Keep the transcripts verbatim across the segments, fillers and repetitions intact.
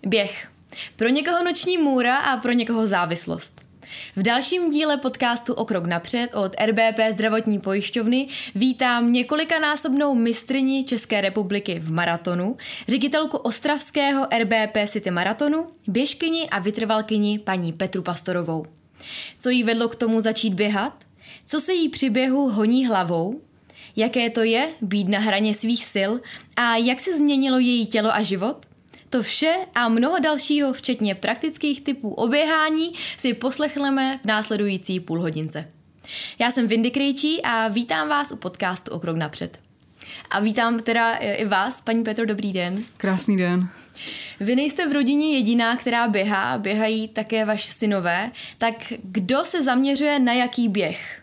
Běh. Pro někoho noční můra a pro někoho závislost. V dalším díle podcastu O krok napřed od R B P zdravotní pojišťovny vítám několikanásobnou mistryni České republiky v maratonu, ředitelku ostravského R B P City maratonu, běžkyni a vytrvalkyni paní Petru Pastorovou. Co jí vedlo k tomu začít běhat? Co se jí při běhu honí hlavou? Jaké to je být na hraně svých sil a jak se změnilo její tělo a život? To vše a mnoho dalšího, včetně praktických typů oběhání, si poslechneme v následující půlhodince. Já jsem Windy Krejčí a vítám vás u podcastu O krok napřed. A vítám teda i vás, paní Petro, dobrý den. Krásný den. Vy nejste v rodině jediná, která běhá, běhají také vaši synové. Tak kdo se zaměřuje na jaký běh?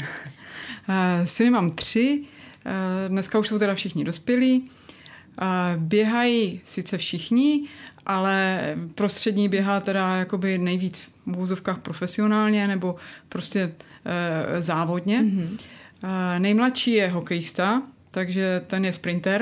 Syny mám tři, dneska už jsou teda všichni dospělí. Běhají sice všichni, ale prostřední běhá teda jakoby nejvíc v úvozovkách profesionálně nebo prostě e, závodně. Mm-hmm. E, nejmladší je hokejista, takže ten je sprinter.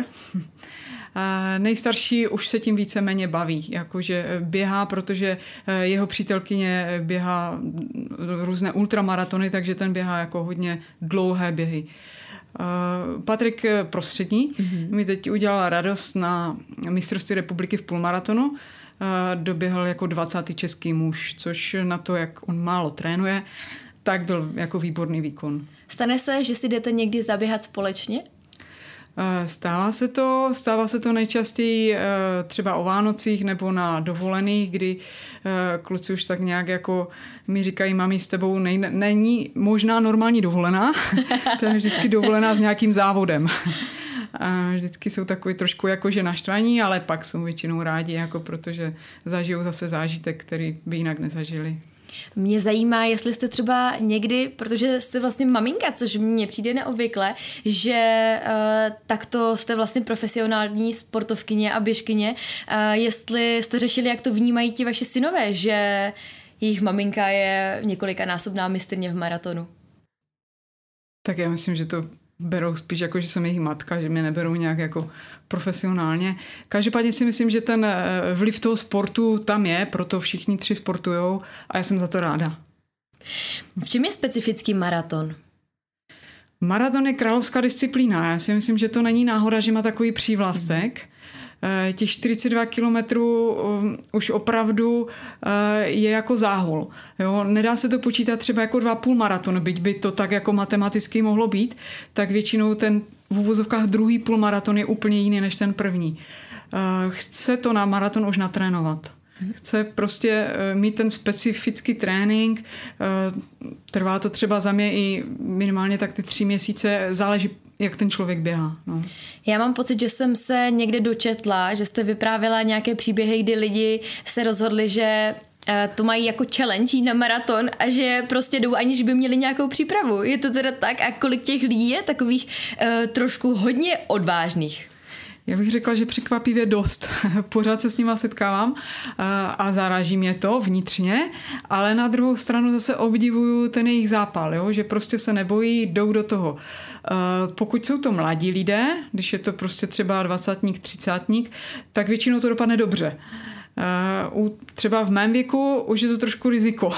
E, nejstarší už se tím víceméně baví, jakože běhá, protože jeho přítelkyně běhá různé ultramaratony, takže ten běhá jako hodně dlouhé běhy. Uh, Patrik prostřední mm-hmm. mi teď udělala radost na mistrovství republiky v půlmaratonu. Uh, doběhl jako dvacátý český muž, což na to, jak on málo trénuje, tak byl jako výborný výkon. Stane se, že si jdete někdy zaběhat společně? Stává se to, stává se to nejčastěji třeba o Vánocích nebo na dovolených, kdy kluci už tak nějak jako mi říkají, mami, s tebou nej, není možná normální dovolená, to je vždycky dovolená s nějakým závodem. A vždycky jsou takový trošku jakože naštvaní, ale pak jsou většinou rádi, jako protože zažijou zase zážitek, který by jinak nezažili. Mě zajímá, jestli jste třeba někdy, protože jste vlastně maminka, což mně přijde neobvykle, že uh, takto jste vlastně profesionální sportovkyně a běžkyně, uh, jestli jste řešili, jak to vnímají ti vaši synové, že jejich maminka je několikanásobná mistryně v maratonu. Tak já myslím, že to berou spíš jako, že jsem jejich matka, že mě neberou nějak jako profesionálně. Každopádně si myslím, že ten vliv toho sportu tam je, proto všichni tři sportujou a já jsem za to ráda. V čem je specifický maraton? Maraton je královská disciplína. Já si myslím, že to není náhoda, že má takový přívlastek. Hmm. Těch čtyřicet dva kilometrů už opravdu je jako záhul. Jo? Nedá se to počítat třeba jako dva půl maraton, byť by to tak jako matematicky mohlo být, tak většinou ten v uvozovkách druhý půl maraton je úplně jiný než ten první. Chce to na maraton už natrénovat. Chce prostě mít ten specifický trénink, trvá to třeba za mě i minimálně tak ty tři měsíce, záleží, jak ten člověk běhá. No. Já mám pocit, že jsem se někde dočetla, že jste vyprávěla nějaké příběhy, kdy lidi se rozhodli, že to mají jako challenge na maraton a že prostě jdou, aniž by měli nějakou přípravu. Je to teda tak? A kolik těch lidí je takových uh, trošku hodně odvážných? Já bych řekla, že překvapivě dost. Pořád se s nima setkávám a zaráží mě to vnitřně, ale na druhou stranu zase obdivuju ten jejich zápal, jo? Že prostě se nebojí, jdou do toho. Pokud jsou to mladí lidé, když je to prostě třeba dvacátník, třicátník, tak většinou to dopadne dobře. Uh, třeba v mém věku už je to trošku riziko.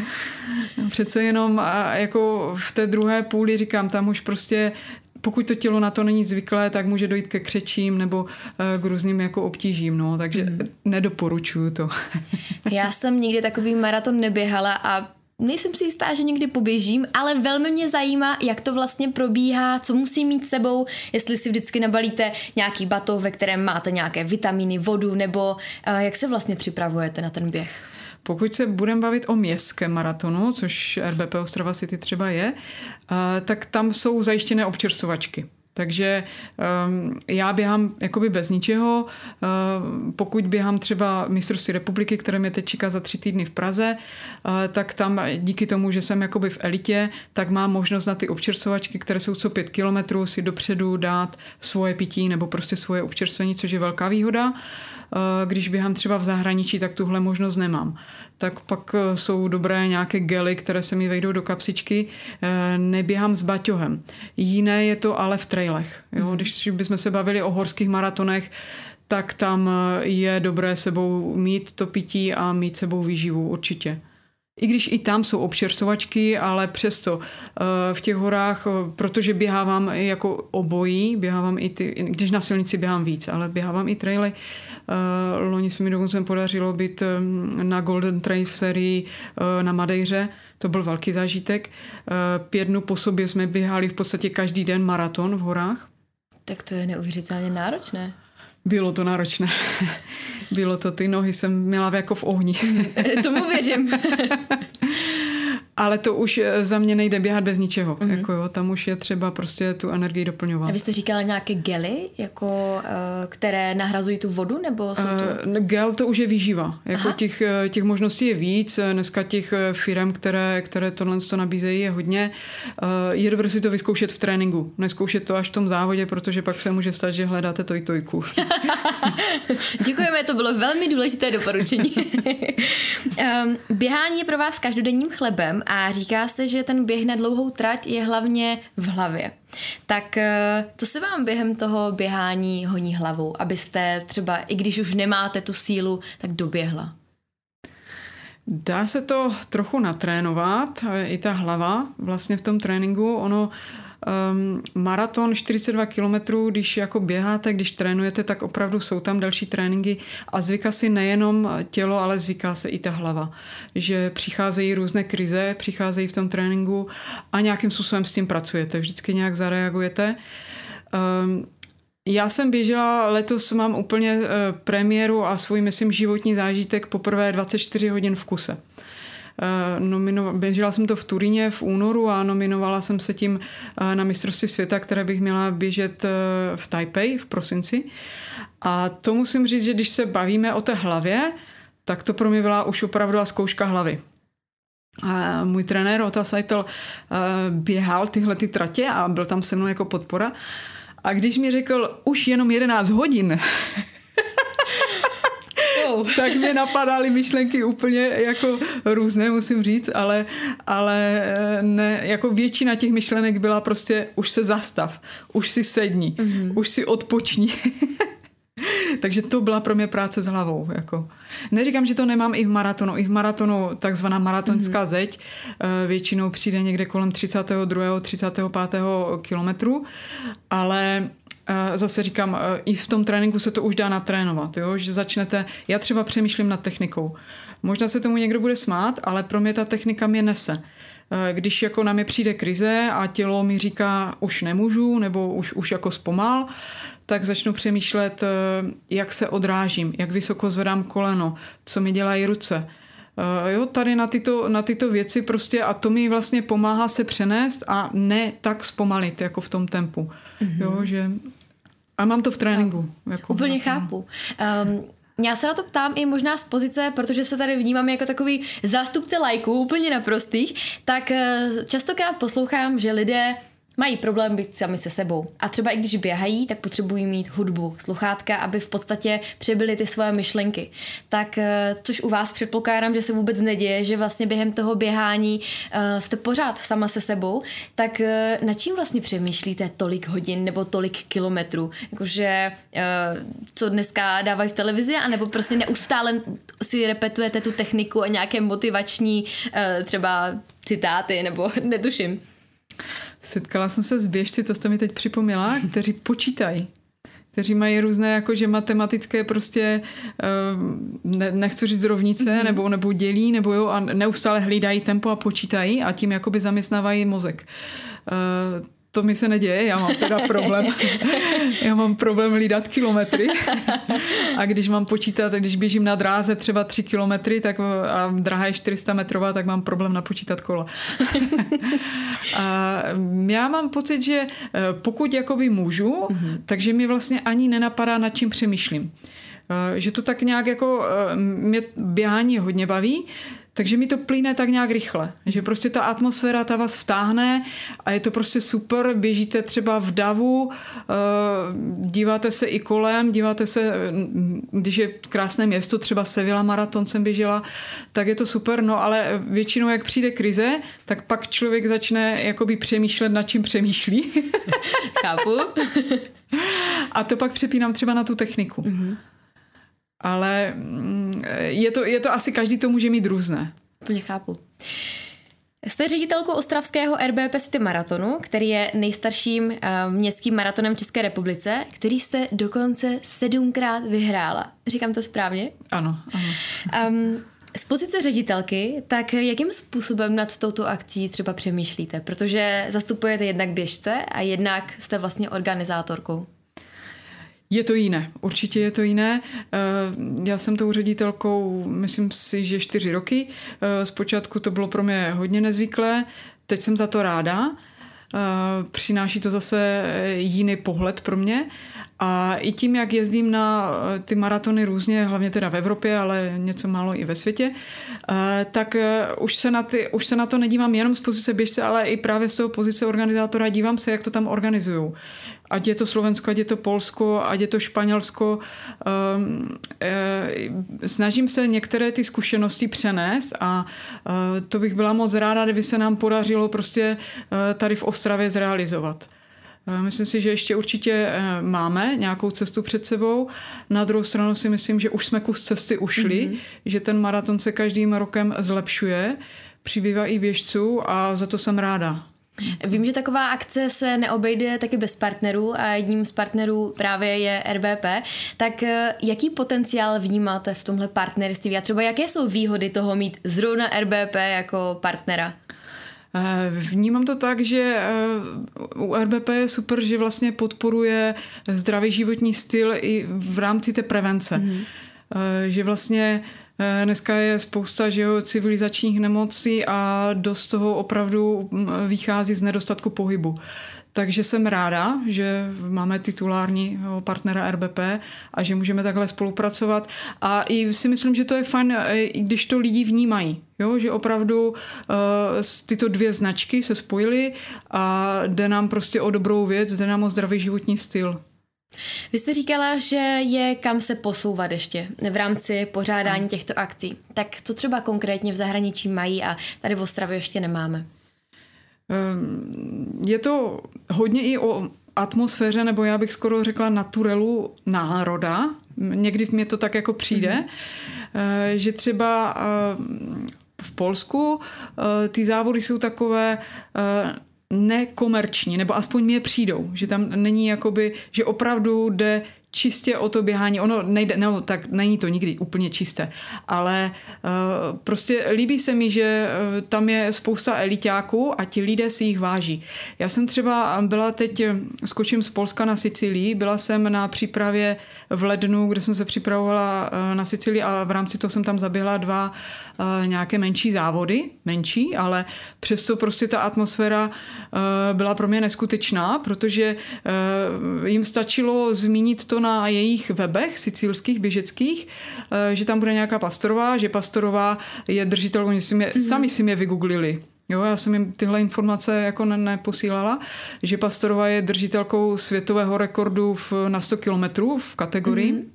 Přece jenom jako v té druhé půli říkám, tam už prostě pokud to tělo na to není zvyklé, tak může dojít ke křečím nebo k různým jako obtížím, no, takže mm. nedoporučuju to. Já jsem nikdy takový maraton neběhala a nejsem si jistá, že někdy poběžím, ale velmi mě zajímá, jak to vlastně probíhá, co musí mít s sebou, jestli si vždycky nabalíte nějaký batoh, ve kterém máte nějaké vitamíny, vodu, nebo uh, jak se vlastně připravujete na ten běh. Pokud se budeme bavit o městském maratonu, což R B P Ostrava City třeba je, uh, tak tam jsou zajištěné občerstvovačky. Takže um, já běhám jakoby bez ničeho. Uh, pokud běhám třeba mistrovství republiky, které mě teď čeká za tři týdny v Praze, uh, tak tam díky tomu, že jsem jakoby v elitě, tak mám možnost na ty občerstvovačky, které jsou co pět kilometrů, si dopředu dát svoje pití nebo prostě svoje občerstvení, což je velká výhoda. Když běhám třeba v zahraničí, tak tuhle možnost nemám. Tak pak jsou dobré nějaké gely, které se mi vejdou do kapsičky. Neběhám s baťohem. Jiné je to ale v trailech. Jo? Když bychom se bavili o horských maratonech, tak tam je dobré sebou mít to pití a mít sebou výživu určitě. I když i tam jsou občerstvovačky, ale přesto v těch horách, protože běhávám jako obojí, běhávám i ty, když na silnici běhám víc, ale běhávám i traily. Loni se mi dokonce podařilo být na Golden Trail sérii na Madejře, to byl velký zážitek. Pět dnů po sobě jsme běhali v podstatě každý den maraton v horách. Tak to je neuvěřitelně náročné. Bylo to náročné. Bylo to, ty nohy jsem měla jako v ohni. Tomu věřím. Ale to už za mě nejde běhat bez ničeho. Mm-hmm. Jako jo, tam už je třeba prostě tu energii doplňovat. A vy jste říkala nějaké gely, jako, které nahrazují tu vodu? Nebo jsou to... Uh, gel to už je výživa. Jako těch, těch možností je víc. Dneska těch firem, které, které tohle to nabízejí, je hodně. Uh, je dobré si to vyzkoušet v tréninku. Neskoušet to až v tom závodě, protože pak se může stát, že hledáte toj-tojku. Děkujeme, to bylo velmi důležité doporučení. um, běhání je pro vás každodenním chlebem a říká se, že ten běh na dlouhou trať je hlavně v hlavě. Tak co se vám během toho běhání honí hlavou, abyste třeba, i když už nemáte tu sílu, tak doběhla? Dá se to trochu natrénovat, i ta hlava vlastně v tom tréninku. Ono Um, maraton čtyřicet dva kilometrů, když jako běháte, když trénujete, tak opravdu jsou tam další tréninky a zvyká si nejenom tělo, ale zvyká se i ta hlava. Že přicházejí různé krize, přicházejí v tom tréninku a nějakým způsobem s tím pracujete. Vždycky nějak zareagujete. Um, Já jsem běžela, letos mám úplně uh, premiéru a svůj, myslím, životní zážitek poprvé dvacet čtyři hodin v kuse. Uh, nomino- běžela jsem to v Turíně v únoru a nominovala jsem se tím uh, na mistrovství světa, které bych měla běžet uh, v Taipei v prosinci. A to musím říct, že když se bavíme o té hlavě, tak to pro mě byla už opravdu zkouška hlavy. A můj trenér Ota Seitel uh, běhal tyhle ty tratě a byl tam se mnou jako podpora. A když mi řekl už jenom jedenáct hodin, oh. tak mě napadaly myšlenky úplně jako různé, musím říct, ale, ale ne, jako většina těch myšlenek byla prostě už se zastav, už si sedni, mm-hmm. už si odpočni. Takže to byla pro mě práce s hlavou. Jako. Neříkám, že to nemám i v maratonu. I v maratonu takzvaná maratonská mm-hmm. zeď většinou přijde někde kolem třicátého druhého třicátého pátého kilometru, ale zase říkám, i v tom tréninku se to už dá natrénovat, jo? Že začnete, já třeba přemýšlím nad technikou. Možná se tomu někdo bude smát, ale pro mě ta technika mě nese. Když jako na mě přijde krize a tělo mi říká, už nemůžu, nebo už, už jako zpomal, tak začnu přemýšlet, jak se odrážím, jak vysoko zvedám koleno, co mi dělají ruce. Jo, tady na tyto, na tyto věci prostě a to mi vlastně pomáhá se přenést a ne tak zpomalit jako v tom tempu. Mm-hmm. Jo, že... A mám to v tréninku. Jako, Úplně chápu. Um, já se na to ptám i možná z pozice, protože se tady vnímám jako takový zástupce lajků, úplně naprostých, tak častokrát poslouchám, že lidé mají problém být sami se sebou. A třeba i když běhají, tak potřebují mít hudbu, sluchátka, aby v podstatě přebyly ty svoje myšlenky. Tak, což u vás předpokládám, že se vůbec neděje, že vlastně během toho běhání uh, jste pořád sama se sebou, tak uh, nad čím vlastně přemýšlíte tolik hodin nebo tolik kilometrů? Jakože uh, co dneska dávají v televizi, anebo prostě neustále si repetujete tu techniku a nějaké motivační uh, třeba citáty, nebo netuším. Setkala jsem se s běžci, to jste mi teď připomněla, kteří počítají. Kteří mají různé jakože matematické prostě, ne, nechci říct rovnice, mm-hmm. nebo, nebo dělí, nebo jo, a neustále hlídají tempo a počítají a tím jakoby zaměstnávají mozek. Uh, To mi se neděje, já mám teda problém. Já mám problém hlídat kilometry. A když mám počítat, když běžím na dráze třeba tři kilometry tak a dráha je čtyři sta metrová, tak mám problém napočítat kola. A já mám pocit, že pokud jakoby můžu, mm-hmm. takže mi vlastně ani nenapadá, nad čím přemýšlím. Že to tak nějak jako mě běhání hodně baví, takže mi to plyne tak nějak rychle, že prostě ta atmosféra ta vás vtáhne a je to prostě super, běžíte třeba v davu, díváte se i kolem, díváte se, když je krásné město, třeba Sevilla maraton jsem běžela, tak je to super, no ale většinou jak přijde krize, tak pak člověk začne jakoby přemýšlet, nad čím přemýšlí. Chápu. a to pak přepínám třeba na tu techniku. Mm-hmm. Ale je to, je to asi každý to může mít různé. Úplně chápu. Jste ředitelkou ostravského R B P City Maratonu, který je nejstarším uh, městským maratonem v České republice, který jste dokonce sedmkrát vyhrála. Říkám to správně? Ano, ano. Um, z pozice ředitelky, tak jakým způsobem nad touto akcí třeba přemýšlíte? Protože zastupujete jednak běžce a jednak jste vlastně organizátorkou. Je to jiné, určitě je to jiné. Já jsem tou ředitelkou, myslím si, že čtyři roky. Zpočátku to bylo pro mě hodně nezvyklé, teď jsem za to ráda. Přináší to zase jiný pohled pro mě. A i tím, jak jezdím na ty maratony různě, hlavně teda v Evropě, ale něco málo i ve světě, tak už se na, ty, už se na to nedívám jenom z pozice běžce, ale i právě z toho pozice organizátora. Dívám se, jak to tam organizujou. Ať je to Slovensko, ať je to Polsko, ať je to Španělsko. Snažím se některé ty zkušenosti přenést a to bych byla moc ráda, kdyby se nám podařilo prostě tady v Ostravě zrealizovat. Myslím si, že ještě určitě máme nějakou cestu před sebou. Na druhou stranu si myslím, že už jsme kus cesty ušli, mm-hmm. že ten maraton se každým rokem zlepšuje, přibývá i běžců a za to jsem ráda. Vím, že taková akce se neobejde taky bez partnerů a jedním z partnerů právě je R B P. Tak jaký potenciál vnímáte v tomhle partnerství a třeba jaké jsou výhody toho mít zrovna R B P jako partnera? Vnímám to tak, že u R B P je super, že vlastně podporuje zdravý životní styl i v rámci té prevence. Mm. Že vlastně dneska je spousta že jo, civilizačních nemocí a dost toho opravdu vychází z nedostatku pohybu. Takže jsem ráda, že máme titulárního partnera R B P a že můžeme takhle spolupracovat. A i si myslím, že to je fajn, i když to lidi vnímají. Jo? Že opravdu uh, tyto dvě značky se spojily a jde nám prostě o dobrou věc, jde nám o zdravý životní styl. Vy jste říkala, že je kam se posouvat ještě v rámci pořádání těchto akcí. Tak co třeba konkrétně v zahraničí mají a tady v Ostravě ještě nemáme? Je to hodně i o atmosféře, nebo já bych skoro řekla naturelu národa. Někdy mě to tak jako přijde, mm-hmm. že třeba v Polsku ty závody jsou takové nekomerční, nebo aspoň mě přijdou, že tam není jakoby, že opravdu jde čistě o to běhání. Ono nejde, no tak není to nikdy úplně čisté, ale uh, prostě líbí se mi, že uh, tam je spousta eliťáků a ti lidé si jich váží. Já jsem třeba byla teď, skočím z Polska na Sicílii, byla jsem na přípravě v lednu, kde jsem se připravovala uh, na Sicílii a v rámci toho jsem tam zaběhla dva uh, nějaké menší závody, menší, ale přesto prostě ta atmosféra uh, byla pro mě neskutečná, protože uh, jim stačilo zmínit to na jejich webech sicilských, běžeckých, že tam bude nějaká Pastorová, že Pastorová je držitelkou, oni si mě, mm-hmm. sami si mě vygooglili. Jo, já jsem jim tyhle informace jako ne, neposílala, že Pastorová je držitelkou světového rekordu v, na sto kilometrů v kategorii. Mm-hmm.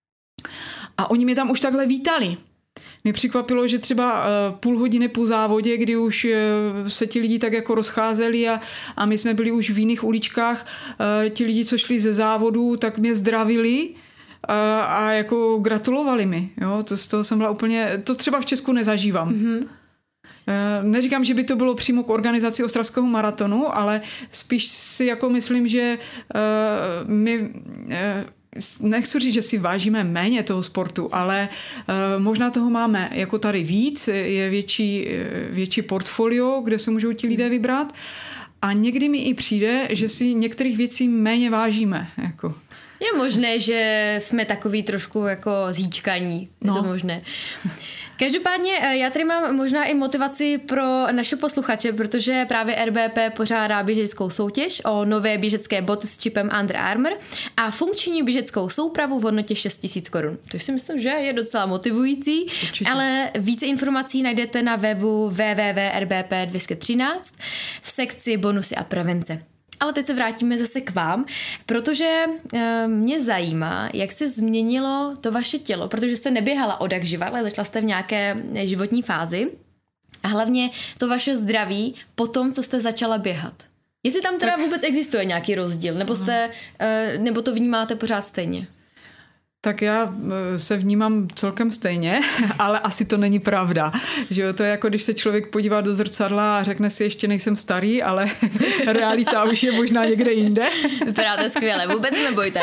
A oni mě tam už takhle vítali. Mě překvapilo, že třeba půl hodiny po závodě, kdy už se ti lidi tak jako rozcházeli a, a my jsme byli už v jiných uličkách, ti lidi, co šli ze závodu, tak mě zdravili a, a jako gratulovali mi. Jo? To, z toho jsem byla úplně, to třeba v Česku nezažívám. Mm-hmm. Neříkám, že by to bylo přímo k organizaci Ostravského maratonu, ale spíš si jako myslím, že uh, my... Uh, nechci říct, že si vážíme méně toho sportu, ale uh, možná toho máme jako tady víc, je větší, větší portfolio, kde se můžou ti lidé vybrat a někdy mi i přijde, že si některých věcí méně vážíme. Jako. Je možné, že jsme takový trošku jako zíčkaní. Je no. to možné. Každopádně já tady mám možná i motivaci pro naše posluchače, protože právě R B P pořádá běžeckou soutěž o nové běžecké boty s čipem Under Armour a funkční běžeckou soupravu v hodnotě šest tisíc korun. To si myslím, že je docela motivující, určitě. Ale více informací najdete na webu w w w tečka r b p dvě stě třináct v sekci bonusy a prevence. Ale teď se vrátíme zase k vám, protože e, mě zajímá, jak se změnilo to vaše tělo, protože jste neběhala od jak živa, ale začala jste v nějaké životní fázi a hlavně to vaše zdraví po tom, co jste začala běhat. Jestli tam teda tak... vůbec existuje nějaký rozdíl, nebo, jste, uh, nebo to vnímáte pořád stejně? Tak já se vnímám celkem stejně, ale asi to není pravda. Že jo? To je jako, když se člověk podívá do zrcadla a řekne si, ještě nejsem starý, ale realita už je možná někde jinde. Vypadáte skvěle, vůbec nebojte.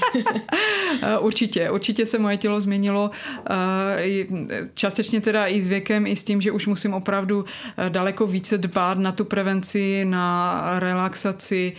Určitě, určitě se moje tělo změnilo. Částečně teda i s věkem, i s tím, že už musím opravdu daleko více dbát na tu prevenci, na relaxaci.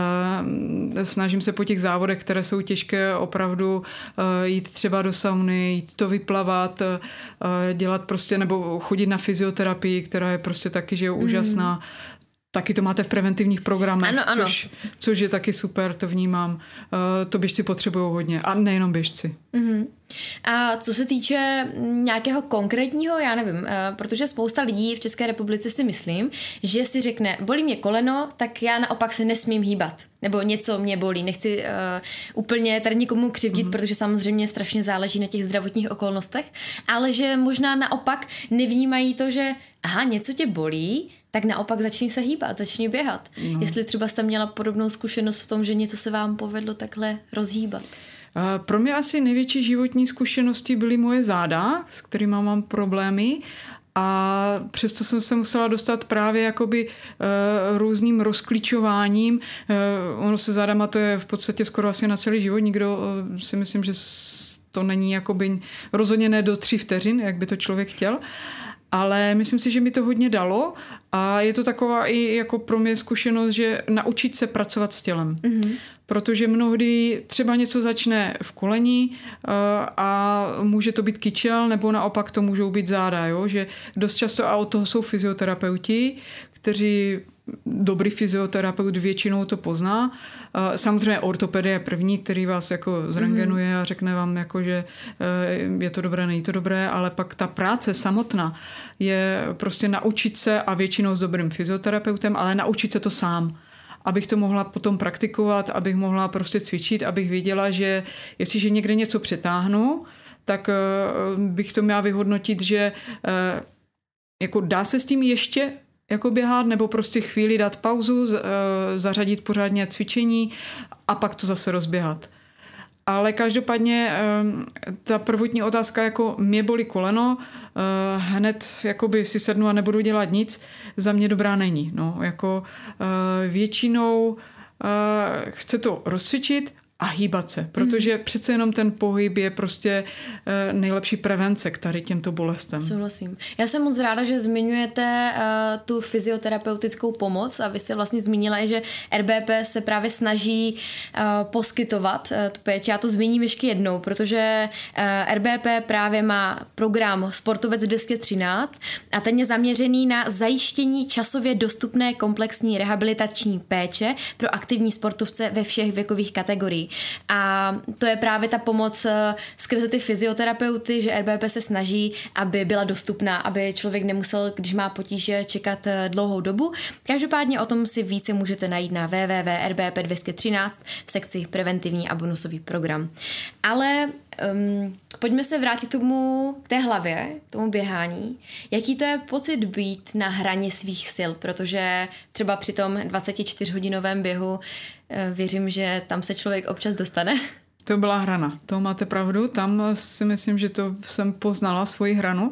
Snažím se po těch závodech, které jsou těžké, opravdu jít třeba do sauny, jít to vyplavat, dělat prostě, nebo chodit na fyzioterapii, která je prostě taky, že je úžasná. Mm. Taky to máte v preventivních programech, ano, ano. Což, což je taky super, to vnímám. To běžci potřebují hodně a nejenom běžci. Mm-hmm. A co se týče nějakého konkrétního, já nevím, protože spousta lidí v České republice si myslím, že si řekne, bolí mě koleno, tak já naopak se nesmím hýbat. Nebo něco mě bolí. Nechci uh, úplně tady nikomu křivdit, mm-hmm. protože samozřejmě strašně záleží na těch zdravotních okolnostech, ale že možná naopak nevnímají to, že aha, něco tě bolí, tak naopak začni se hýbat, začni běhat. No. Jestli třeba jste měla podobnou zkušenost v tom, že něco se vám povedlo takhle rozhýbat. Pro mě asi největší životní zkušenosti byly moje záda, s kterými mám problémy. A přesto jsem se musela dostat právě jakoby uh, různým rozklíčováním. Uh, ono se zádama to je v podstatě skoro asi na celý život. Nikdo uh, si myslím, že to není jakoby rozhodně ne do tří vteřin, jak by to člověk chtěl. Ale myslím si, že mi to hodně dalo a je to taková i jako pro mě zkušenost, že naučit se pracovat s tělem. Mm-hmm. Protože mnohdy třeba něco začne v koleni a může to být kyčel, nebo naopak to můžou být záda. Jo? Že dost často, a od toho jsou fyzioterapeuti, kteří dobrý fyzioterapeut většinou to pozná. Samozřejmě ortopedie je první, který vás jako zrengenuje a řekne vám, jako, že je to dobré, není to dobré, ale pak ta práce samotná je prostě naučit se a většinou s dobrým fyzioterapeutem, ale naučit se to sám. Abych to mohla potom praktikovat, abych mohla prostě cvičit, abych věděla, že jestliže někde něco přetáhnu, tak bych to měla vyhodnotit, že jako dá se s tím ještě jako běhat, nebo prostě chvíli dát pauzu, zařadit pořádně cvičení a pak to zase rozběhat. Ale každopádně ta prvotní otázka, jako mě bolí koleno, hned jakoby si sednu a nebudu dělat nic, za mě dobrá není. No, jako většinou chce to rozcvičit a hýbat se, protože mm. přece jenom ten pohyb je prostě uh, nejlepší prevence k tady těmto bolestem. Souhlasím. Já jsem moc ráda, že zmiňujete uh, tu fyzioterapeutickou pomoc a vy jste vlastně zmínila, že R B P se právě snaží uh, poskytovat uh, tu péči. Já to zmíním ještě jednou, protože uh, R B P právě má program Sportovec dvě stě třináct a ten je zaměřený na zajištění časově dostupné komplexní rehabilitační péče pro aktivní sportovce ve všech věkových kategoriích. A to je právě ta pomoc skrze ty fyzioterapeuty, že R B P se snaží, aby byla dostupná, aby člověk nemusel, když má potíže, čekat dlouhou dobu. Každopádně o tom si více můžete najít na w w w tečka r b p dvě stě třináct v sekci preventivní a bonusový program. Ale um, pojďme se vrátit k tomu, k té hlavě, k tomu běhání. Jaký to je pocit být na hraně svých sil, protože třeba při tom dvacetičtyřhodinovém běhu věřím, že tam se člověk občas dostane. To byla hrana, to máte pravdu, tam si myslím, že to jsem poznala svoji hranu.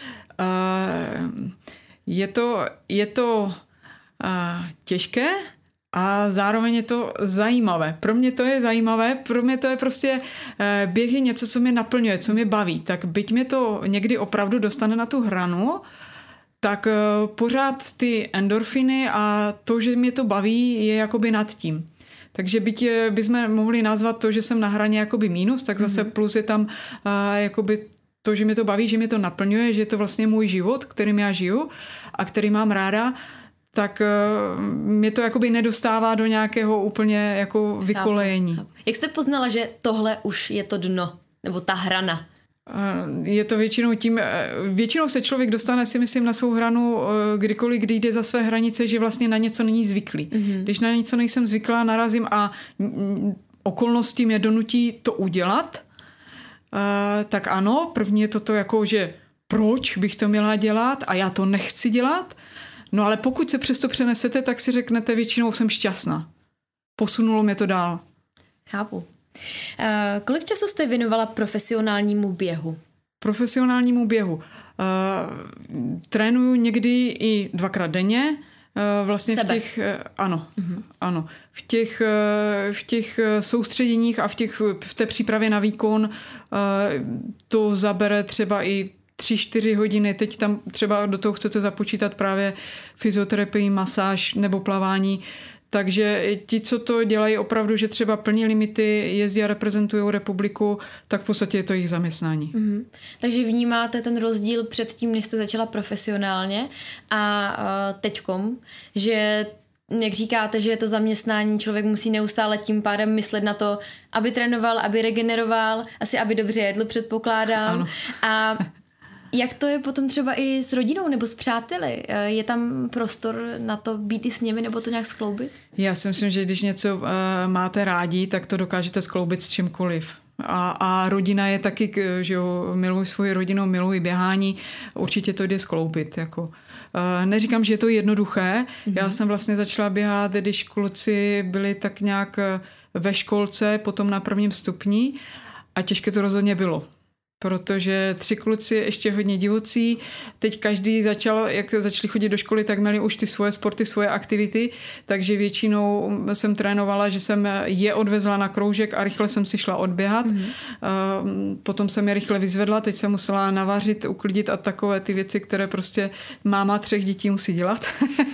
Je to, je to těžké a zároveň je to zajímavé. Pro mě to je zajímavé, pro mě to je prostě běh je něco, co mě naplňuje, co mě baví. Tak byť mě to někdy opravdu dostane na tu hranu, tak pořád ty endorfiny a to, že mě to baví, je jakoby nad tím. Takže byť bychom mohli nazvat to, že jsem na hraně jakoby mínus, tak zase plus je tam uh, jakoby to, že mě to baví, že mě to naplňuje, že je to vlastně můj život, kterým já žiju a který mám ráda, tak uh, mě to jakoby nedostává do nějakého úplně jako vykolejení. Chápu, chápu. Jak jste poznala, že tohle už je to dno, nebo ta hrana? Je to většinou tím, většinou se člověk dostane, si myslím, na svou hranu, kdykoliv, kdy jde za své hranice, že vlastně na něco není zvyklý. Mm-hmm. Když na něco nejsem zvyklá, narazím a okolnosti mě donutí to udělat, tak ano, první je toto jako, že proč bych to měla dělat a já to nechci dělat. No ale pokud se přesto přenesete, tak si řeknete, většinou jsem šťastná. Posunulo mě to dál. Chápu. Uh, kolik času jste věnovala profesionálnímu běhu? Profesionálnímu běhu. Uh, trénuju někdy i dvakrát denně. Uh, vlastně Sebe. v těch, uh, ano, uh-huh. ano, v těch, uh, v těch soustředěních a v, těch, v té přípravě na výkon uh, to zabere třeba i tři, čtyři hodiny. Teď tam třeba do toho chcete započítat právě fyzioterapii, masáž nebo plavání. Takže ti, co to dělají opravdu, že třeba plní limity, jezdí a reprezentují republiku, tak v podstatě je to jejich zaměstnání. Mm-hmm. Takže vnímáte ten rozdíl před tím, než jste začala profesionálně a uh, teďkom, že jak říkáte, že je to zaměstnání, člověk musí neustále tím pádem myslet na to, aby trénoval, aby regeneroval, asi aby dobře jedl, předpokládám. Ano. A jak to je potom třeba i s rodinou nebo s přáteli? Je tam prostor na to být i s nimi nebo to nějak skloubit? Já si myslím, že když něco uh, máte rádi, tak to dokážete skloubit s čímkoliv. A, a rodina je taky, že jo, miluji svoji rodinu, miluji běhání, určitě to jde skloubit. Jako. Uh, neříkám, že je to jednoduché. Mm-hmm. Já jsem vlastně začala běhat, když kluci byli tak nějak ve školce, potom na prvním stupni a těžké to rozhodně bylo. Protože tři kluci ještě hodně divocí, teď každý začal, jak začali chodit do školy, tak měli už ty svoje sporty, svoje aktivity, takže většinou jsem trénovala, že jsem je odvezla na kroužek a rychle jsem si šla odběhat. Mm-hmm. Potom jsem je rychle vyzvedla, teď jsem musela navařit, uklidit a takové ty věci, které prostě máma třech dětí musí dělat.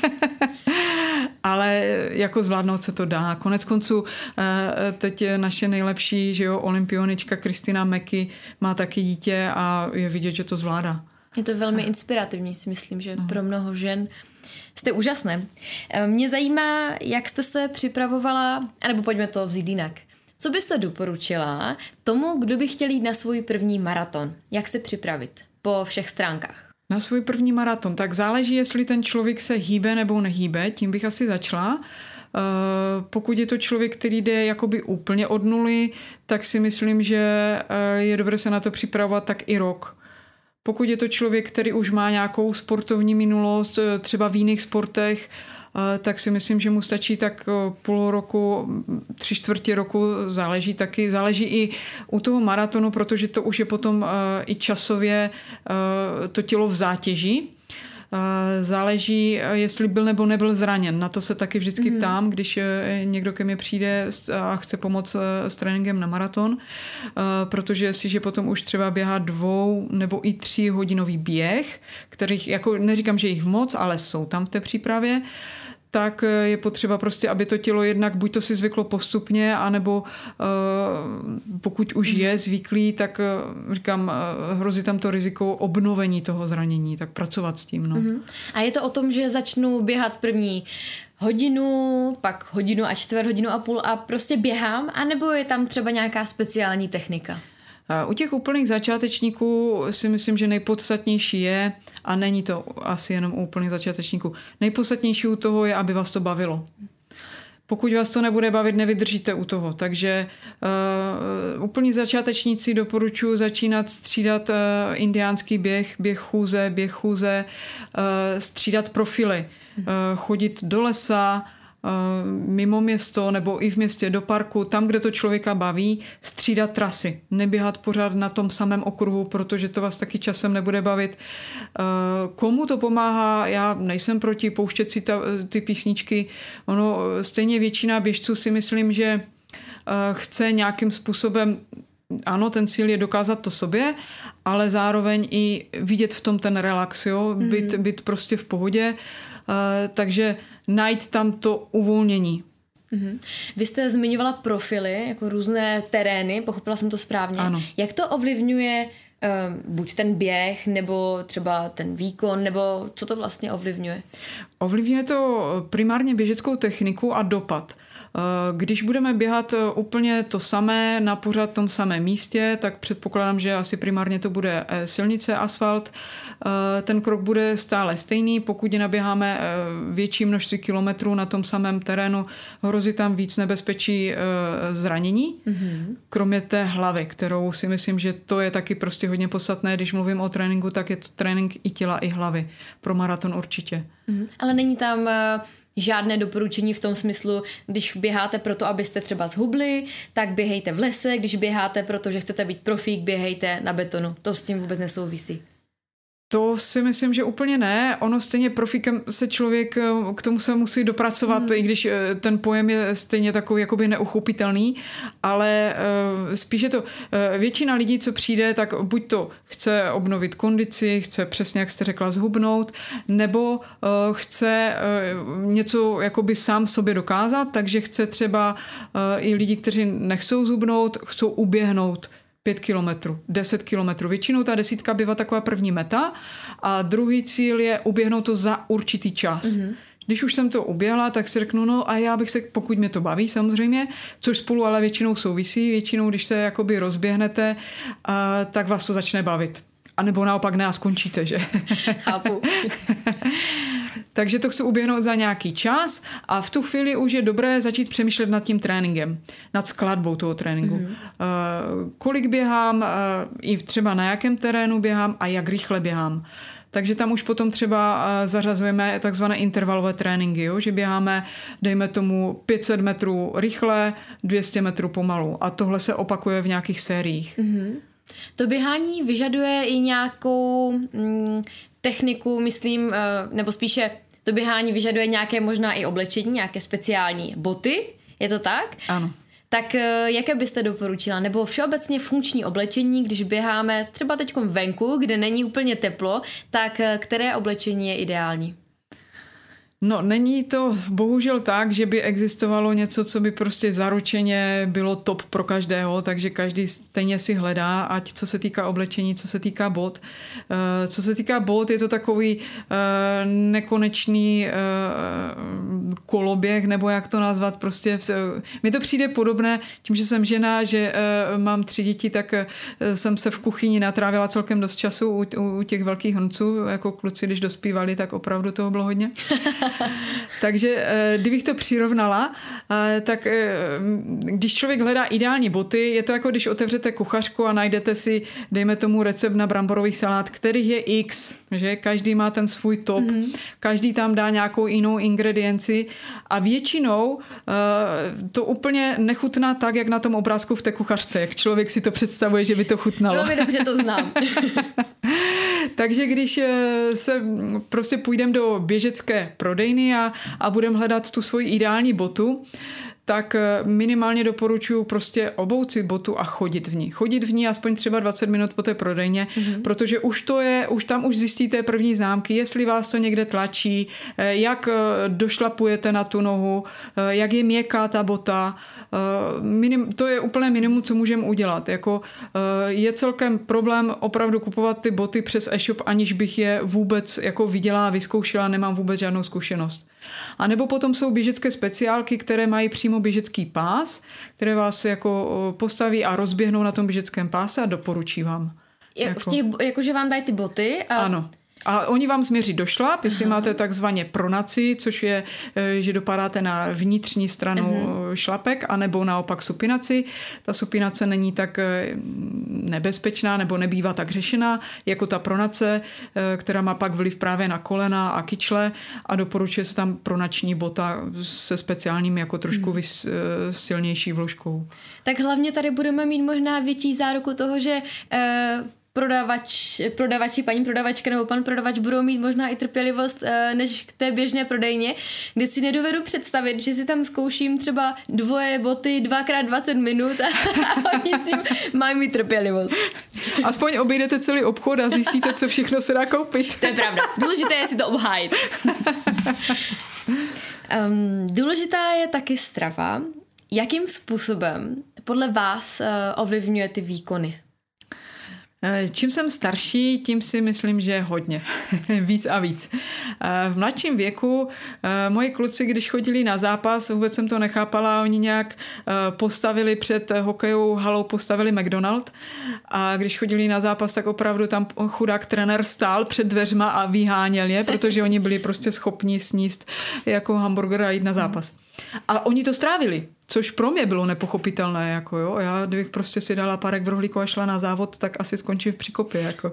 Ale jako zvládnout se to dá. Konec konců teď naše nejlepší, že jo, olympionička Kristina Meky má taky dítě a je vidět, že to zvládá. Je to velmi inspirativní, si myslím, že pro mnoho žen jste úžasné. Mě zajímá, jak jste se připravovala, anebo pojďme to vzít jinak. Co byste doporučila tomu, kdo by chtěl jít na svůj první maraton? Jak se připravit po všech stránkách? Na svůj první maraton. Tak záleží, jestli ten člověk se hýbe nebo nehýbe, tím bych asi začala. Uh, pokud je to člověk, který jde jakoby úplně od nuly, tak si myslím, že uh, je dobré se na to připravovat tak i rok. Pokud je to člověk, který už má nějakou sportovní minulost, třeba v jiných sportech, tak si myslím, že mu stačí tak půl roku, tři čtvrtě roku, záleží taky, záleží i u toho maratonu, protože to už je potom i časově to tělo v zátěži. Záleží, jestli byl nebo nebyl zraněn. Na to se taky vždycky ptám, když někdo ke mně přijde a chce pomoct s tréninkem na maraton, protože jestliže potom už třeba běhá dvou nebo i tří hodinový běh, kterých, jako neříkám, že jich moc, ale jsou tam v té přípravě, tak je potřeba prostě, aby to tělo jednak buď to si zvyklo postupně, anebo uh, pokud už je zvyklý, tak uh, říkám, uh, hrozí tam to riziko obnovení toho zranění, tak pracovat s tím. No. Uh-huh. A je to o tom, že začnu běhat první hodinu, pak hodinu a čtvrt, hodinu a půl a prostě běhám, anebo je tam třeba nějaká speciální technika? U těch úplných začátečníků si myslím, že nejpodstatnější je, a není to asi jenom u úplných začátečníků, nejpodstatnější u toho je, aby vás to bavilo. Pokud vás to nebude bavit, nevydržíte u toho. Takže uh, úplní začátečníci doporučuji začínat střídat uh, indiánský běh, běh chůze, běh chůze, uh, střídat profily, uh, chodit do lesa, mimo město nebo i v městě do parku, tam, kde to člověka baví, střídat trasy. Neběhat pořád na tom samém okruhu, protože to vás taky časem nebude bavit. Komu to pomáhá? Já nejsem proti pouštět si ta, ty písničky. Ono, stejně většina běžců si myslím, že chce nějakým způsobem, ano, ten cíl je dokázat to sobě, ale zároveň i vidět v tom ten relax, jo? Mm. Být, být prostě v pohodě. Uh, takže najít tam to uvolnění. Mm-hmm. Vy jste zmiňovala profily, jako různé terény, pochopila jsem to správně. Ano. Jak to ovlivňuje uh, buď ten běh, nebo třeba ten výkon, nebo co to vlastně ovlivňuje? Ovlivňuje to primárně běžeckou techniku a dopad. Když budeme běhat úplně to samé na pořád tom samém místě, tak předpokládám, že asi primárně to bude silnice, asfalt. Ten krok bude stále stejný. Pokud naběháme větší množství kilometrů na tom samém terénu, hrozí tam víc nebezpečí zranění. Mm-hmm. Kromě té hlavy, kterou si myslím, že to je taky prostě hodně podstatné. Když mluvím o tréninku, tak je to trénink i těla, i hlavy. Pro maraton určitě. Mm-hmm. Ale není tam žádné doporučení v tom smyslu, když běháte proto, abyste třeba zhubli, tak běhejte v lese, když běháte proto, že chcete být profík, běhejte na betonu. To s tím vůbec nesouvisí. To si myslím, že úplně ne. Ono stejně profíkem se člověk k tomu se musí dopracovat, mm. i když ten pojem je stejně takový jakoby neuchopitelný, ale uh, spíše to uh, většina lidí, co přijde, tak buď to chce obnovit kondici, chce přesně, jak jste řekla, zhubnout, nebo uh, chce uh, něco jakoby sám sobě dokázat, takže chce třeba uh, i lidi, kteří nechcou zhubnout, chcou uběhnout pět kilometrů, deset kilometrů. Většinou ta desítka bývá taková první meta a druhý cíl je uběhnout to za určitý čas. Mm-hmm. Když už jsem to uběhla, tak si řeknu, no a já bych se, pokud mě to baví samozřejmě, což spolu ale většinou souvisí, většinou, když se jakoby rozběhnete, uh, tak vás to začne bavit. A nebo naopak ne a skončíte, že? Chápu. Takže to chci uběhnout za nějaký čas a v tu chvíli už je dobré začít přemýšlet nad tím tréninkem, nad skladbou toho tréninku. Mm-hmm. Uh, kolik běhám, uh, i třeba na jakém terénu běhám a jak rychle běhám. Takže tam už potom třeba uh, zařazujeme takzvané intervalové tréninky, jo? Že běháme, dejme tomu pět set metrů rychle, dvě stě metrů pomalu a tohle se opakuje v nějakých sériích. Mm-hmm. To běhání vyžaduje i nějakou mm, techniku, myslím, nebo spíše to běhání vyžaduje nějaké možná i oblečení, nějaké speciální boty, je to tak? Ano. Tak jaké byste doporučila? Nebo všeobecně funkční oblečení, když běháme třeba teď venku, kde není úplně teplo, tak které oblečení je ideální? No, není to bohužel tak, že by existovalo něco, co by prostě zaručeně bylo top pro každého, takže každý stejně si hledá, ať co se týká oblečení, co se týká bot. Co se týká bot, je to takový nekonečný koloběh, nebo jak to nazvat, prostě mi to přijde podobné, tím, že jsem žena, že mám tři děti, tak jsem se v kuchyni natrávila celkem dost času u, u těch velkých hrnců, jako kluci, když dospívali, tak opravdu toho bylo hodně. Takže kdybych to přirovnala, tak když člověk hledá ideální boty, je to jako když otevřete kuchařku a najdete si, dejme tomu, recept na bramborový salát, který je X, že každý má ten svůj top, mm-hmm. každý tam dá nějakou jinou ingredienci a většinou to úplně nechutná tak, jak na tom obrázku v té kuchařce, jak člověk si to představuje, že by to chutnalo. Velmi dobře to znám. Takže když se prostě půjdeme do běžecké prodejny a, a budeme hledat tu svoji ideální botu, tak minimálně doporučuji prostě obout si botu a chodit v ní. Chodit v ní aspoň třeba dvacet minut po té prodejně, mm-hmm. protože už to je, už tam už zjistíte první známky, jestli vás to někde tlačí, jak došlapujete na tu nohu, jak je měkká ta bota. Minim, to je úplné minimum, co můžeme udělat. Jako, je celkem problém opravdu kupovat ty boty přes e-shop, aniž bych je vůbec jako viděla a vyzkoušela, nemám vůbec žádnou zkušenost. A nebo potom jsou běžecké speciálky, které mají přímo běžecký pás, které vás jako postaví a rozběhnou na tom běžeckém páse a doporučí vám. Je, jako... v těch, jakože vám dají ty boty? A... Ano. A oni vám změří došlap, jestli Aha. máte takzvaně pronaci, což je, že dopadáte na vnitřní stranu Aha. šlapek, anebo naopak supinaci. Ta supinace není tak nebezpečná nebo nebývá tak řešená jako ta pronace, která má pak vliv právě na kolena a kyčle a doporučuje se tam pronační bota se speciálním jako trošku hmm. vys, silnější vložkou. Tak hlavně tady budeme mít možná větší záruku toho, že uh... Prodavač, prodavači, paní prodavačka nebo pan prodavač budou mít možná i trpělivost než k té běžné prodejně, kde si nedovedu představit, že si tam zkouším třeba dvoje boty dvakrát dvacet minut a, a oni si mají mít trpělivost. Aspoň obejdete celý obchod a zjistíte, co všechno se dá koupit. To je pravda. Důležité je si to obhájit. um, důležitá je taky strava. Jakým způsobem podle vás uh, ovlivňuje ty výkony? Čím jsem starší, tím si myslím, že hodně. Víc a víc. V mladším věku moji kluci, když chodili na zápas, vůbec jsem to nechápala, oni nějak postavili před hokejovou halou, postavili McDonald a když chodili na zápas, tak opravdu tam chudák trenér stál před dveřma a vyháněl je, protože oni byli prostě schopni sníst jako hamburger a jít na zápas. A oni to strávili, což pro mě bylo nepochopitelné. Jako jo. Já, kdybych prostě si dala párek v rohlíku a šla na závod, tak asi skončím v příkopě. Jako.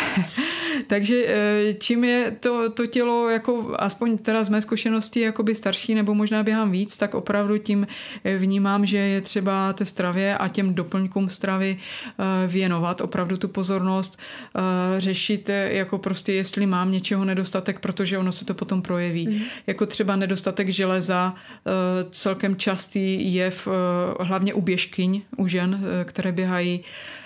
Takže čím je to, to tělo, jako, aspoň teda z mé zkušenosti, jakoby starší nebo možná běhám víc, tak opravdu tím vnímám, že je třeba té stravě a těm doplňkům stravy věnovat opravdu tu pozornost, řešit jako prostě, jestli mám něčeho nedostatek, protože ono se to potom projeví. Mm. Jako třeba nedostatek železa, celkem častý jev, hlavně u běžkyň, u žen, které běhají.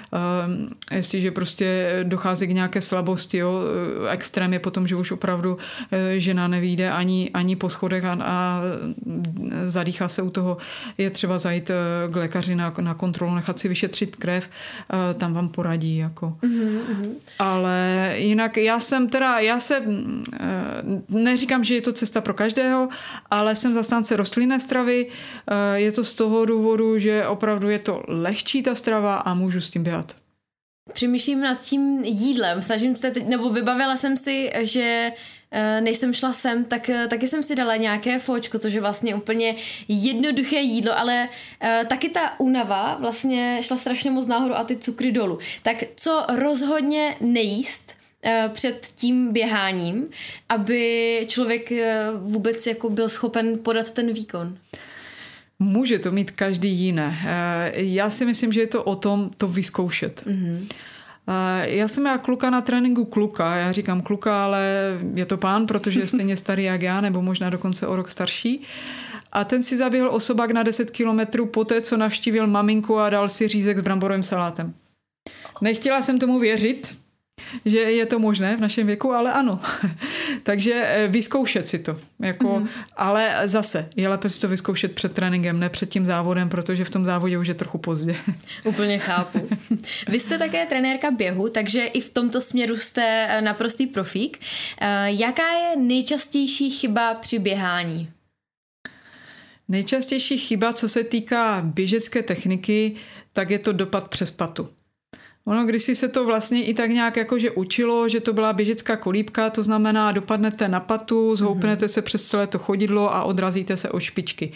Jestliže prostě dochází k nějaké slabosti, jo, extrém je potom, že už opravdu žena nevyjde ani, ani po schodech a, a zadýchá se u toho, je třeba zajít k lékaři na, na kontrolu, nechat si vyšetřit krev, tam vám poradí. Jako. Mm-hmm. Ale jinak já jsem teda, já se neříkám, že je to cesta pro každého, ale jsem zastánce rostlinné stravy. Je to z toho důvodu, že opravdu je to lehčí ta strava a můžu s tím běhat. Přemýšlím nad tím jídlem. Snažím se teď, nebo vybavila jsem si, že než jsem šla sem, tak taky jsem si dala nějaké fóčko, což je vlastně úplně jednoduché jídlo, ale uh, taky ta únava vlastně šla strašně moc nahoru a ty cukry dolů. Tak co rozhodně nejíst uh, před tím běháním, aby člověk uh, vůbec jako byl schopen podat ten výkon? Může to mít každý jiné. Já si myslím, že je to o tom to vyzkoušet. Mm-hmm. Já jsem měla kluka na tréninku kluka. Já říkám kluka, ale je to pán, protože je stejně starý jak já, nebo možná dokonce o rok starší. A ten si zaběhl osobák na deset kilometrů poté, co navštívil maminku a dal si řízek s bramborovým salátem. Nechtěla jsem tomu věřit, že je to možné v našem věku, ale ano. Takže vyzkoušet si to. Jako, mm-hmm. Ale zase je lépe si to vyzkoušet před tréninkem, ne před tím závodem, protože v tom závodě už je trochu pozdě. Úplně chápu. Vy jste také trenérka běhu, takže i v tomto směru jste naprostý profík. Jaká je nejčastější chyba při běhání? Nejčastější chyba, co se týká běžecké techniky, tak je to dopad přes patu. Ono, když si se to vlastně i tak nějak jakože učilo, že to byla běžecká kolíbka, to znamená dopadnete na patu, zhoupnete se přes celé to chodidlo a odrazíte se od špičky.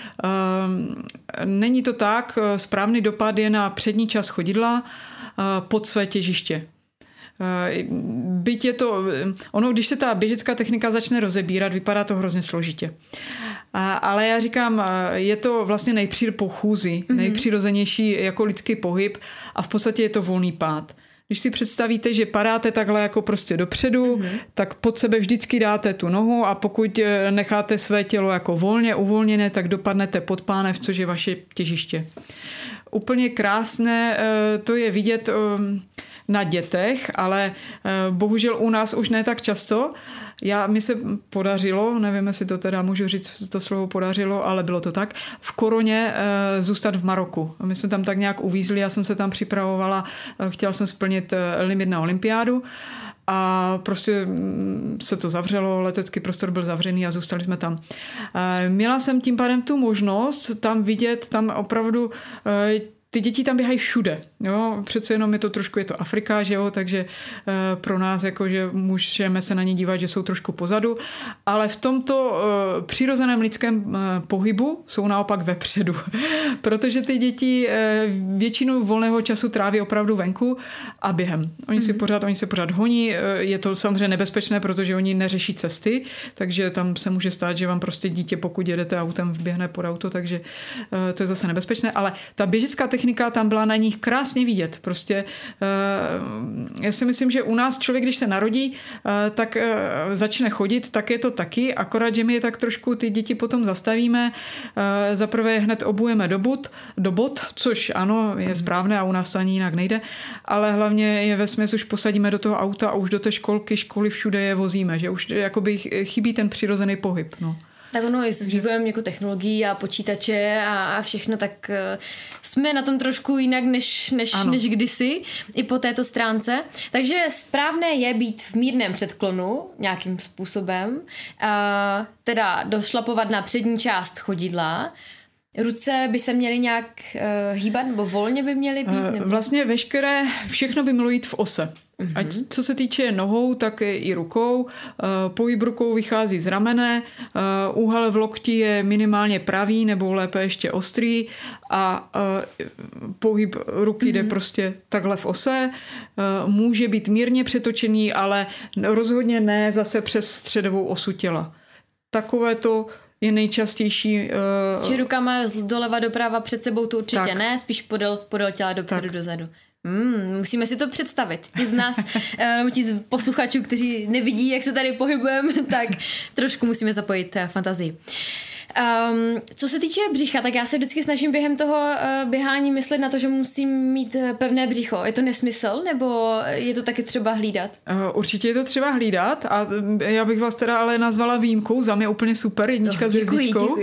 Není to tak, správný dopad je na přední část chodidla pod své těžiště. Byť je to, ono, když se ta běžecká technika začne rozebírat, vypadá to hrozně složitě. A, ale já říkám, je to vlastně nejpřír po chůzi, mm-hmm. nejpřirozenější jako lidský pohyb a v podstatě je to volný pád. Když si představíte, že padáte takhle jako prostě dopředu, mm-hmm. tak pod sebe vždycky dáte tu nohu a pokud necháte své tělo jako volně uvolněné, tak dopadnete pod pánev, což je vaše těžiště. Úplně krásné to je vidět na dětech, ale bohužel u nás už ne tak často. Já, mi se podařilo, nevím, jestli to teda můžu říct, to slovo podařilo, ale bylo to tak, v koroně e, zůstat v Maroku. My jsme tam tak nějak uvízli, já jsem se tam připravovala, chtěla jsem splnit limit na olympiádu a prostě se to zavřelo, letecký prostor byl zavřený a zůstali jsme tam. E, měla jsem tím pádem tu možnost tam vidět, tam opravdu e, ty děti tam běhají všude. Jo? Přece jenom je to trošku, je to Afrika, že jo? Takže e, pro nás jako, že můžeme se na ně dívat, že jsou trošku pozadu, ale v tomto e, přirozeném lidském e, pohybu jsou naopak vepředu. Protože ty děti e, většinu volného času tráví opravdu venku a během. Oni mm-hmm. si pořád, oni se pořád honí, e, je to samozřejmě nebezpečné, protože oni neřeší cesty, takže tam se může stát, že vám prostě dítě, pokud jedete autem, vběhne pod auto, takže e, to je zase nebezpečné, ale ta běžecká technika tam byla na nich krásně vidět. Prostě já si myslím, že u nás člověk, když se narodí, tak začne chodit, tak je to taky, akorát, že my je tak trošku ty děti potom zastavíme. Zaprvé hned obujeme do bot, do bot, což ano, je správné a u nás to ani jinak nejde, ale hlavně je vesměs už posadíme do toho auta a už do té školky, školy všude je vozíme, že už jakoby chybí ten přirozený pohyb. No. Tak ono i s vývojem jako technologií a počítače a, a všechno, tak uh, jsme na tom trošku jinak než, než, než kdysi, i po této stránce. Takže správné je být v mírném předklonu nějakým způsobem, uh, teda došlapovat na přední část chodidla. Ruce by se měly nějak uh, hýbat, nebo volně by měly být? Nebo... Vlastně veškeré, všechno by mělo jít v ose. Mm-hmm. Ať co se týče nohou, tak i rukou. Pohyb rukou vychází z ramene, úhel v lokti je minimálně pravý nebo lépe ještě ostrý a pohyb ruky mm-hmm. jde prostě takhle v ose. Může být mírně přetočený, ale rozhodně ne zase přes středovou osu těla. Takové to je nejčastější. Uh, Či rukama doleva doprava před sebou to určitě tak. ne, spíš podél, podél těla dopředu tak. dozadu. Hmm, musíme si to představit. Ti z nás, nebo ti z posluchačů, kteří nevidí, jak se tady pohybujeme, tak trošku musíme zapojit fantazii. Um, co se týče břicha, tak já se vždycky snažím během toho uh, běhání myslet na to, že musím mít pevné břicho. Je to nesmysl, nebo je to taky třeba hlídat? Uh, určitě je to třeba hlídat a já bych vás teda ale nazvala výjimkou, za mě úplně super, jednička oh, s hvězdičkou.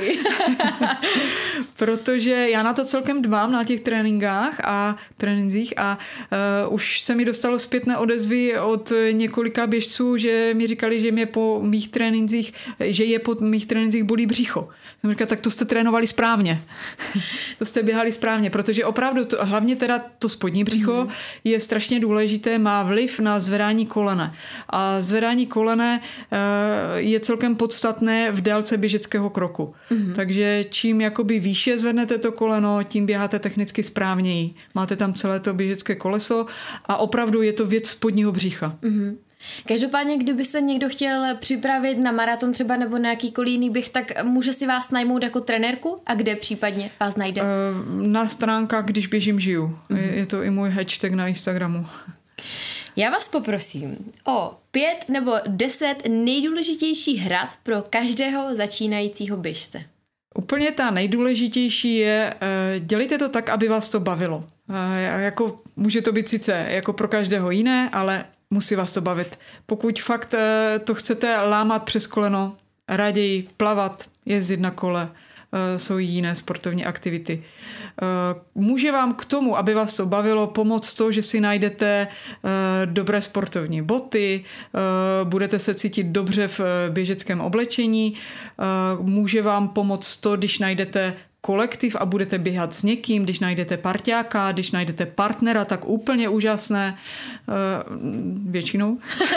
Protože já na to celkem dbám na těch tréninkách a trénincích a uh, už se mi dostalo zpětné odezvy od několika běžců, že mi říkali, že mě po mých trénincích, že je po mých trénincích bolí břicho. Jsem říkala, tak to jste trénovali správně. To jste běhali správně, protože opravdu, to, hlavně teda to spodní břicho mm-hmm. je strašně důležité, má vliv na zvedání kolene. A zvedání kolene e, je celkem podstatné v délce běžeckého kroku. Mm-hmm. Takže čím jakoby výše zvednete to koleno, tím běháte technicky správněji. Máte tam celé to běžecké koleso a opravdu je to věc spodního břicha. Mm-hmm. Každopádně, kdyby se někdo chtěl připravit na maraton třeba nebo na jakýkoliv jiný běh, tak může si vás najmout jako trenérku a kde případně vás najde? Na stránkách Když běžím žiju. Mm-hmm. Je to i můj hashtag na Instagramu. Já vás poprosím o pět nebo deset nejdůležitějších rad pro každého začínajícího běžce. Úplně ta nejdůležitější je, dělejte to tak, aby vás to bavilo. Jako, může to být sice jako pro každého jiné, ale musí vás to bavit. Pokud fakt to chcete lámat přes koleno, raději plavat, jezdit na kole, jsou jiné sportovní aktivity. Může vám k tomu, aby vás to bavilo, pomoct to, že si najdete dobré sportovní boty, budete se cítit dobře v běžeckém oblečení, může vám pomoct to, když najdete kolektiv a budete běhat s někým, když najdete parťáka, když najdete partnera, tak úplně úžasné. Většinou.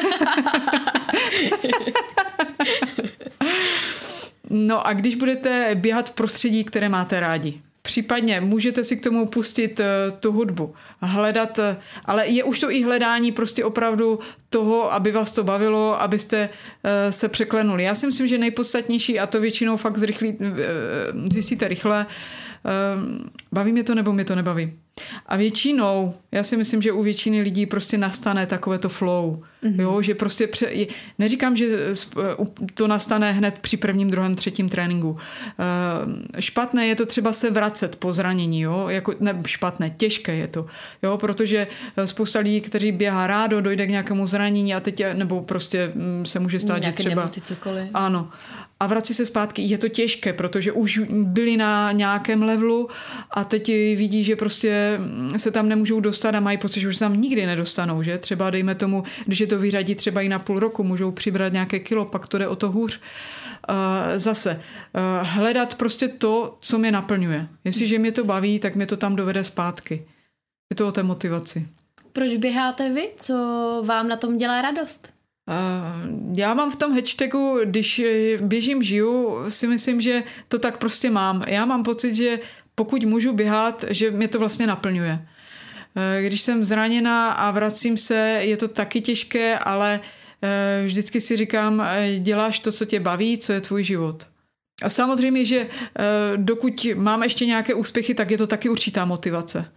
No a když budete běhat v prostředí, které máte rádi. Případně můžete si k tomu pustit uh, tu hudbu, hledat, uh, ale je už to i hledání prostě opravdu toho, aby vás to bavilo, abyste uh, se překlenuli. Já si myslím, že nejpodstatnější, a to většinou fakt zrychlí, uh, zjistíte rychle, uh, baví mě to nebo mě to nebaví. A většinou, já si myslím, že u většiny lidí prostě nastane takové to flow. Mm-hmm. Jo, že prostě pře- neříkám, že to nastane hned při prvním, druhém, třetím tréninku. Uh, špatné je to třeba se vracet po zranění, jo, jako, ne, špatné, těžké je to, jo, protože spousta lidí, kteří běhá rádo, dojde k nějakému zranění a teď, nebo prostě se může stát, nějaké že třeba... nemoci, cokoliv. Ano. A vrací se zpátky, je to těžké, protože už byli na nějakém levelu a teď vidí, že prostě se tam nemůžou dostat a mají pocit, že už se tam nikdy nedostanou, že? Třeba dejme tomu, když je to vyřadí třeba i na půl roku, můžou přibrat nějaké kilo, pak to jde o to hůř. Uh, zase, uh, hledat prostě to, co mě naplňuje. Jestliže mě to baví, tak mě to tam dovede zpátky. Je to o té motivaci. Proč běháte vy? Co vám na tom dělá radost? Uh, já mám v tom hashtagu, když běžím žiju, si myslím, že to tak prostě mám. Já mám pocit, že pokud můžu běhat, že mě to vlastně naplňuje. Uh, když jsem zraněná a vracím se, je to taky těžké, ale uh, vždycky si říkám, děláš to, co tě baví, co je tvůj život. A samozřejmě, že uh, dokud mám ještě nějaké úspěchy, tak je to taky určitá motivace.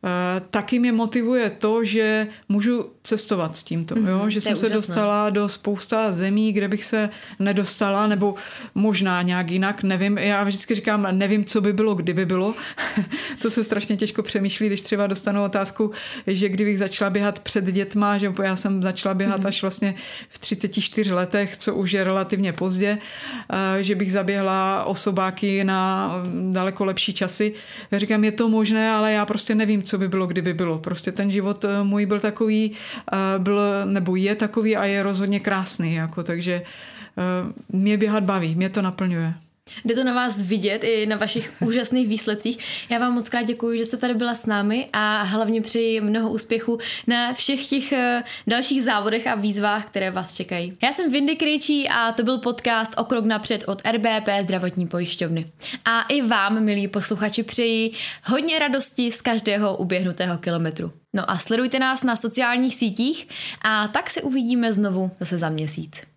taky mě motivuje to, že můžu cestovat s tímto. Mm-hmm, jo? Že jsem se úžasné. dostala do spousta zemí, kde bych se nedostala, nebo možná nějak jinak, nevím. Já vždycky říkám, nevím, co by bylo, kdyby bylo. To se strašně těžko přemýšlí, když třeba dostanu otázku, že kdybych začala běhat před dětma, že já jsem začala běhat mm-hmm. až vlastně v třiceti čtyřech letech, co už je relativně pozdě, že bych zaběhla osobáky na daleko lepší časy. Já říkám, je to možné, ale já prostě nevím, co by bylo, kdyby bylo. Prostě ten život můj byl takový, byl, nebo je takový a je rozhodně krásný. Jako, takže mě běhat baví, mě to naplňuje. Jde to na vás vidět i na vašich úžasných výsledcích. Já vám moc krát děkuji, že jste tady byla s námi a hlavně přeji mnoho úspěchů na všech těch dalších závodech a výzvách, které vás čekají. Já jsem Windy Krejčí a to byl podcast O krok napřed od R B P zdravotní pojišťovny. A i vám, milí posluchači, přeji hodně radosti z každého uběhnutého kilometru. No a sledujte nás na sociálních sítích a tak se uvidíme znovu zase za měsíc.